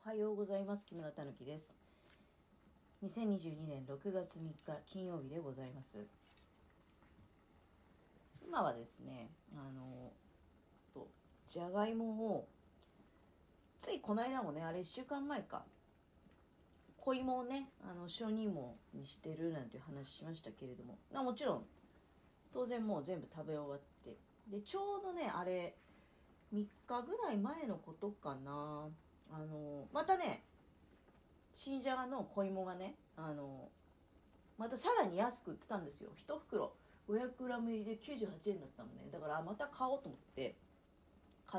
おはようございます。木村たぬきです。2022年6月3日金曜日でございます。今はですね、じゃがいもをついこの間もね、あれ1週間前か、小芋をね、小児芋にしてるなんていう話しましたけれども、もちろん当然もう全部食べ終わって、でちょうどね、あれ3日ぐらい前のことかな、またね、新じゃがの小芋がね、またさらに安く売ってたんですよ。1袋 500g 入りで98円だったのね。だからまた買おうと思って買って、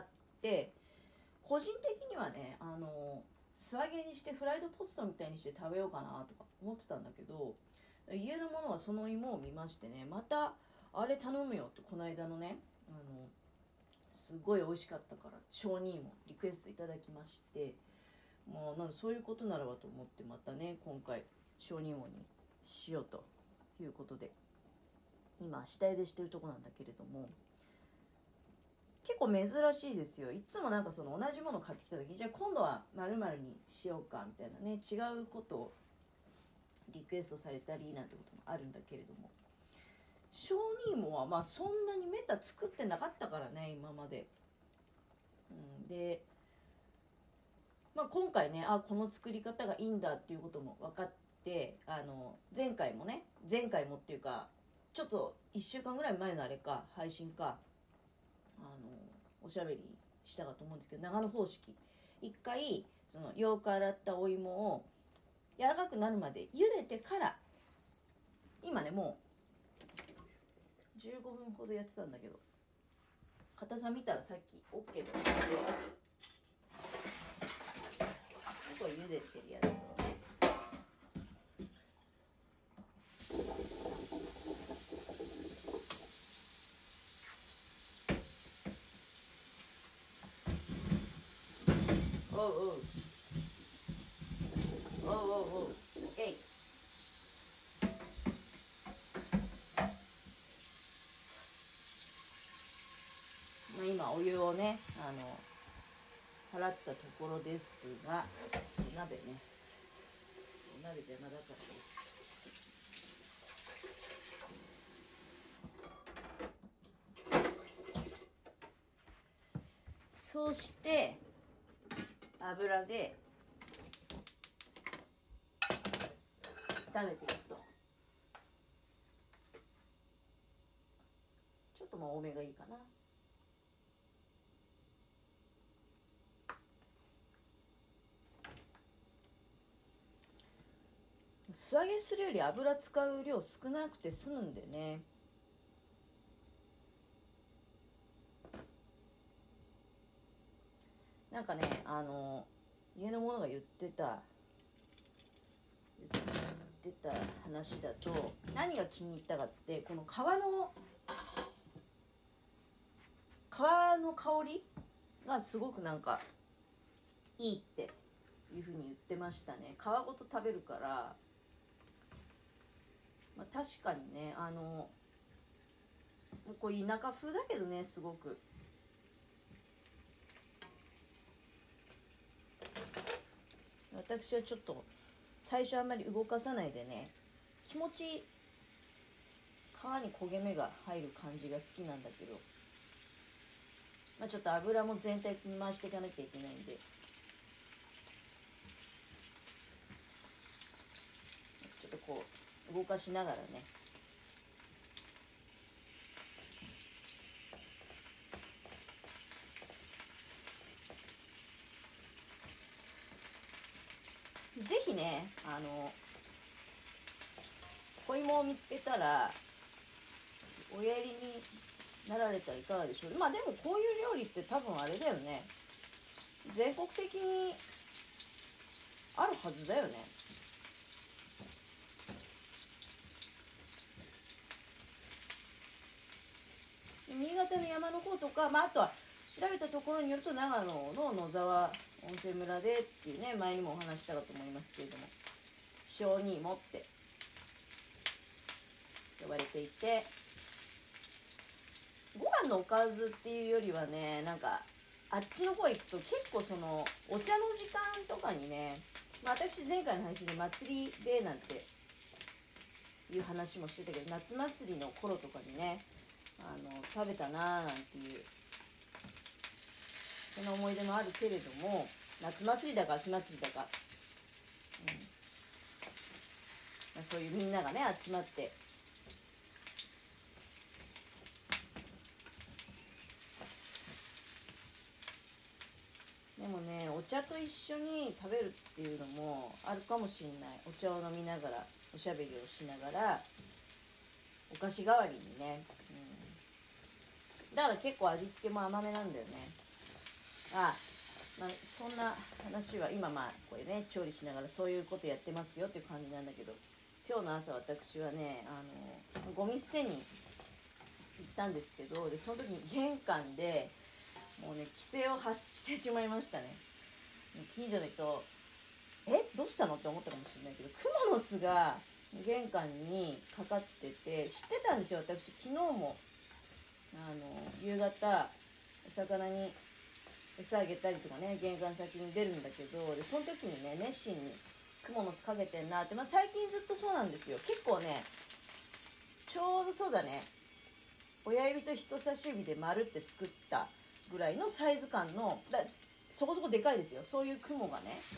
個人的にはね、素揚げにしてフライドポテトみたいにして食べようかなとか思ってたんだけど、家の者はその芋を見ましてね、またあれ頼むよってこの間のね、すごい美味しかったから小児芋リクエストいただきまして、もうそういうことならばと思って、またね今回小児芋にしようということで今下茹でしてるとこなんだけれども、結構珍しいですよ。いつもなんかその同じもの買ってきた時に、じゃあ今度は〇〇にしようかみたいなね、違うことをリクエストされたりなんてこともあるんだけれども、小児芋はまあそんなにめった作ってなかったからね今まで、で、今回ね、この作り方がいいんだっていうことも分かって、前回もっていうか、ちょっと1週間ぐらい前のあれか配信か、おしゃべりしたかと思うんですけど、長野方式一回そのよく洗ったお芋を柔らかくなるまで茹でてから、今ねもう15分ほどやってたんだけど、硬さ見たらさっき OK だったので、これ茹でてるやつをね、おうおうおうおうおう、えい、今お湯をね払ったところですが、鍋ね、お鍋邪魔だからね。そうして油で炒めていくと、ちょっともう多めがいいかな。素揚げするより油使う量少なくて済むんでね。なんかね、家の者が言ってた話だと、何が気に入ったかって、この皮の香りがすごくなんかいいっていうふうに言ってましたね。皮ごと食べるから、確かにね、こう田舎風だけどね、すごく私はちょっと最初あんまり動かさないでね、気持ち皮に焦げ目が入る感じが好きなんだけど、ちょっと油も全体的に回していかなきゃいけないんで、ちょっとこう動かしながらね、ぜひね、小芋を見つけたらおやりになられたらいかがでしょう。でもこういう料理って多分あれだよね、全国的にあるはずだよね。新潟の山の方とか、あとは調べたところによると長野の野沢温泉村でっていうね、前にもお話したかと思いますけれども、小児芋って呼ばれていて、ご飯のおかずっていうよりはね、なんかあっちの方行くと結構そのお茶の時間とかにね、私前回の配信で祭りでなんていう話もしてたけど、夏祭りの頃とかにね食べたなーなんていうその思い出もあるけれども、夏祭りだか秋祭りだか、そういうみんながね集まってでもね、お茶と一緒に食べるっていうのもあるかもしれない。お茶を飲みながらおしゃべりをしながらお菓子代わりにね、だから結構味付けも甘めなんだよね。そんな話は今これね調理しながらそういうことやってますよっていう感じなんだけど、今日の朝私はねゴミ捨てに行ったんですけど、でその時に玄関でもうね規制を発してしまいましたね。近所の人どうしたのって思ったかもしれないけど、クモの巣が玄関にかかってて、知ってたんですよ私。昨日も夕方お魚に餌あげたりとかね、玄関先に出るんだけど、でその時にね熱心にクモの巣かけてんなって、最近ずっとそうなんですよ。結構ねちょうどそうだね、親指と人差し指で丸って作ったぐらいのサイズ感のそこそこでかいですよ、そういうクモがね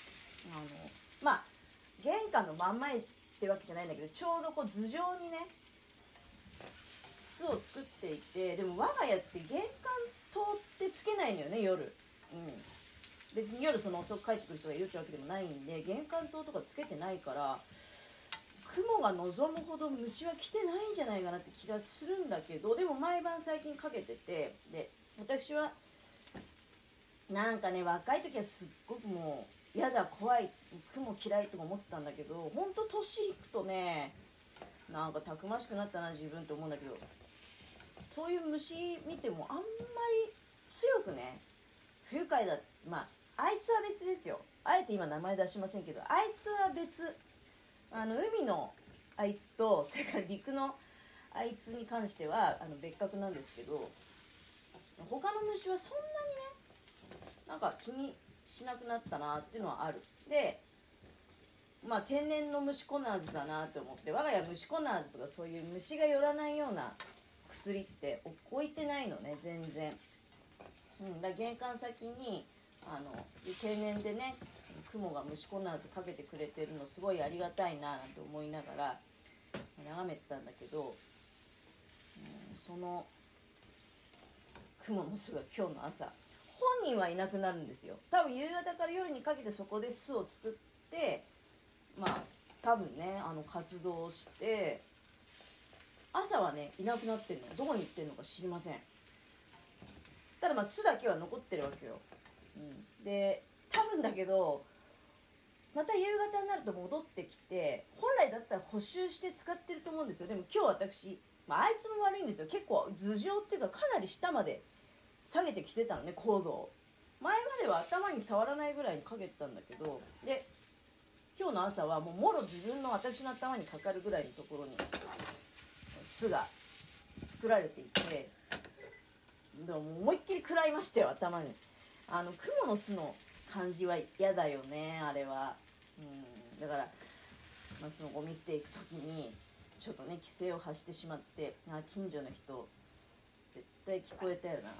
玄関の真ん前ってわけじゃないんだけど、ちょうどこう頭上にね巣を作っていて、でも我が家って玄関通ってつけないのよね夜。別に夜その遅く帰ってくる人がいるってわけでもないんで、玄関灯とかつけてないから、雲が望むほど虫は来てないんじゃないかなって気がするんだけど、でも毎晩最近かけてて、で私はなんかね若い時はすっごくもうやだ怖い雲嫌いとか思ってたんだけど、ほんと年いくとねなんかたくましくなったな自分って思うんだけど、そういう虫見てもあんまり強くね不愉快だ、あいつは別ですよ、あえて今名前出しませんけど、あいつは別、海のあいつとそれから陸のあいつに関しては別格なんですけど、他の虫はそんなにねなんか気にしなくなったなっていうのはある。で天然の虫コナーズだなって思って、我が家虫コナーズとかそういう虫が寄らないような薬って置いてないのね全然。だから玄関先に天然でね雲が虫コナーズかけてくれてるのすごいありがたいななんて思いながら眺めてたんだけど、その雲の巣が今日の朝、本人はいなくなるんですよ。多分夕方から夜にかけてそこで巣を作って多分ね活動して朝はねいなくなってるの。どこに行ってるのか知りません。ただ巣だけは残ってるわけよ。で多分だけどまた夕方になると戻ってきて、本来だったら補修して使ってると思うんですよ。でも今日私、あいつも悪いんですよ。結構頭上っていうかかなり下まで下げてきてたのね高度を。前までは頭に触らないぐらいにかけてたんだけど、で今日の朝はもろ私の頭にかかるぐらいのところに巣が作られていて、でも思いっきり食らいましたよ頭に。蜘蛛の巣の感じは嫌だよねあれは。だから、そのゴミ捨て行く時にちょっとね規制を発してしまって、近所の人絶対聞こえたよなって、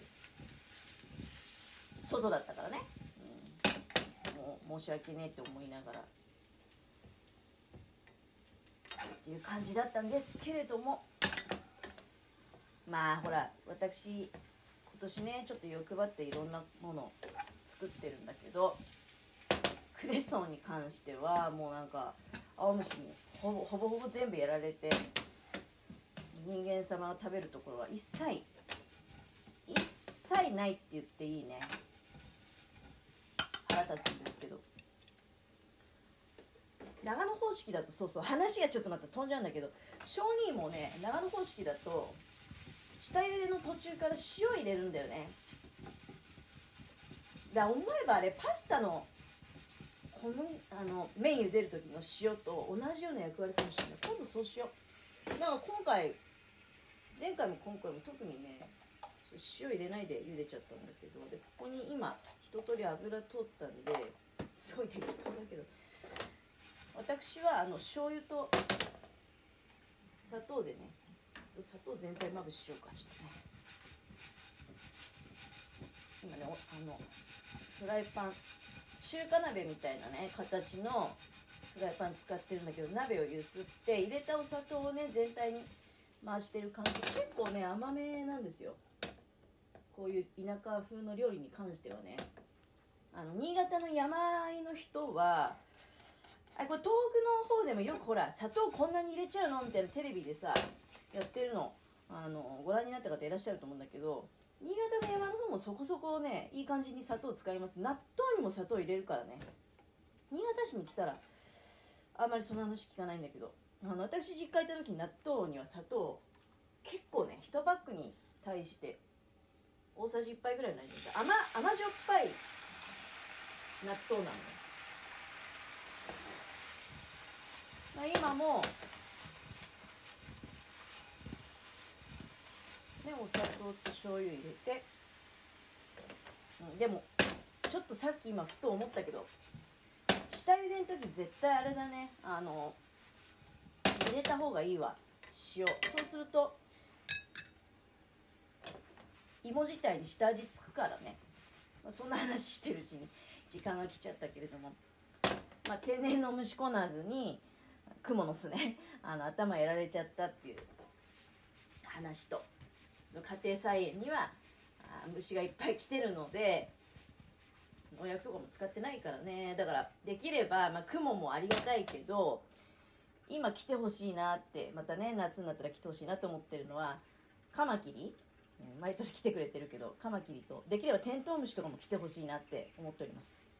外だったからね、もう申し訳ねえって思いながらっていう感じだったんですけれども、ほら私今年ねちょっと欲張っていろんなもの作ってるんだけど、クレソンに関してはもうなんか青虫にほぼ全部やられて、人間様が食べるところは一切ないって言っていいね。腹立つんですけど、長野方式だとそう話がちょっとまた飛んじゃうんだけど、小児もね長野方式だと下茹での途中から塩入れるんだよね。だ思えばあれパスタの麺茹でる時の塩と同じような役割かもしれない。今度そうしよう。前回も今回も特にね塩入れないで茹でちゃったんだけど、でここに今一通り油通ったんですごい適当だけど、私は醤油と砂糖でね、砂糖全体まぶししようか。ちょっとね、今ねフライパン、中華鍋みたいなね形のフライパン使ってるんだけど、鍋をゆすって入れたお砂糖をね全体に回してる感じ。結構ね甘めなんですよ、こういう田舎風の料理に関してはね。新潟の山あいの人はこれ東北の方でもよくほら砂糖こんなに入れちゃうのみたいなテレビでさやってるのご覧になった方いらっしゃると思うんだけど、新潟の山の方もそこそこねいい感じに砂糖を使います。納豆にも砂糖入れるからね。新潟市に来たらあんまりその話聞かないんだけど、私実家行った時に納豆には砂糖結構ね1パックに対して大さじ1杯ぐらいになりました。甘じょっぱい納豆なのね。今もねお砂糖と醤油入れて、でもちょっとさっき今ふと思ったけど、下茹での時絶対あれだね、入れた方がいいわ、塩。そうすると芋自体に下味つくからね。そんな話してるうちに時間が来ちゃったけれども、天然の虫こなずに蜘蛛の巣ね頭やられちゃったっていう話と、家庭菜園には虫がいっぱい来てるので農薬とかも使ってないからね。だからできれば、蜘蛛もありがたいけど今来てほしいなって、またね夏になったら来てほしいなと思ってるのはカマキリ。毎年来てくれてるけどカマキリと、できればテントウムシとかも来てほしいなって思っております。